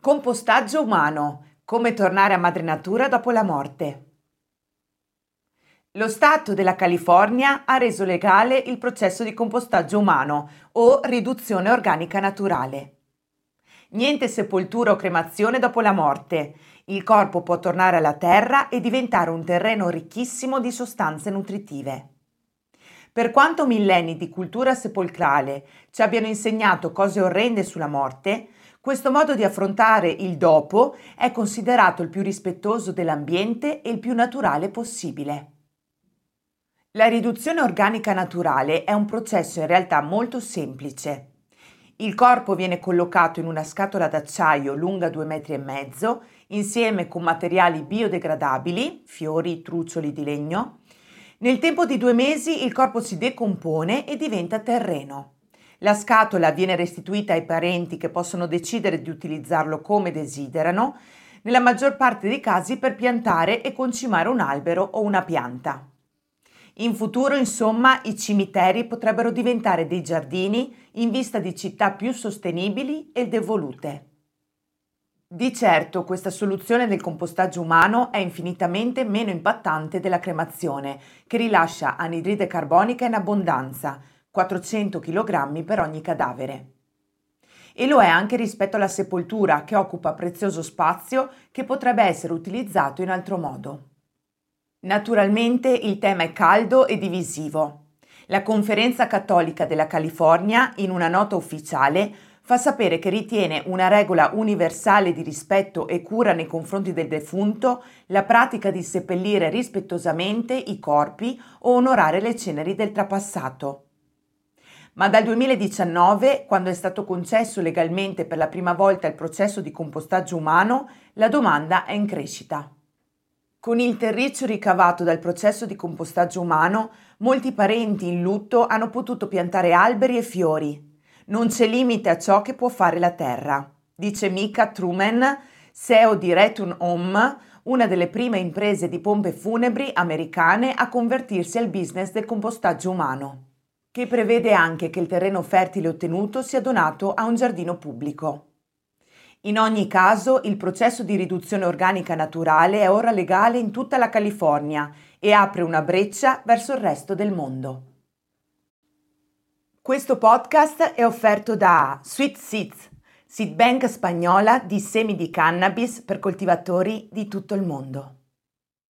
Compostaggio umano. Come tornare a madre natura dopo la morte. Lo Stato della California ha reso legale il processo di compostaggio umano o riduzione organica naturale. Niente sepoltura o cremazione dopo la morte. Il corpo può tornare alla terra e diventare un terreno ricchissimo di sostanze nutritive. Per quanto millenni di cultura sepolcrale ci abbiano insegnato cose orrende sulla morte, questo modo di affrontare il dopo è considerato il più rispettoso dell'ambiente e il più naturale possibile. La riduzione organica naturale è un processo in realtà molto semplice. Il corpo viene collocato in una scatola d'acciaio lunga 2,5 metri, insieme con materiali biodegradabili, fiori, trucioli di legno. Nel tempo di 2 mesi il corpo si decompone e diventa terreno. La scatola viene restituita ai parenti che possono decidere di utilizzarlo come desiderano, nella maggior parte dei casi per piantare e concimare un albero o una pianta. In futuro, insomma, i cimiteri potrebbero diventare dei giardini in vista di città più sostenibili ed evolute. Di certo, questa soluzione del compostaggio umano è infinitamente meno impattante della cremazione, che rilascia anidride carbonica in abbondanza, 400 kg per ogni cadavere. E lo è anche rispetto alla sepoltura, che occupa prezioso spazio che potrebbe essere utilizzato in altro modo. Naturalmente il tema è caldo e divisivo. La Conferenza Cattolica della California, in una nota ufficiale, fa sapere che ritiene una regola universale di rispetto e cura nei confronti del defunto la pratica di seppellire rispettosamente i corpi o onorare le ceneri del trapassato. Ma dal 2019, quando è stato concesso legalmente per la prima volta il processo di compostaggio umano, la domanda è in crescita. Con il terriccio ricavato dal processo di compostaggio umano, molti parenti in lutto hanno potuto piantare alberi e fiori. Non c'è limite a ciò che può fare la terra, dice Micah Truman, CEO di Return Home, una delle prime imprese di pompe funebri americane a convertirsi al business del compostaggio umano, che prevede anche che il terreno fertile ottenuto sia donato a un giardino pubblico. In ogni caso, il processo di riduzione organica naturale è ora legale in tutta la California e apre una breccia verso il resto del mondo. Questo podcast è offerto da Sweet Seeds, seed bank spagnola di semi di cannabis per coltivatori di tutto il mondo.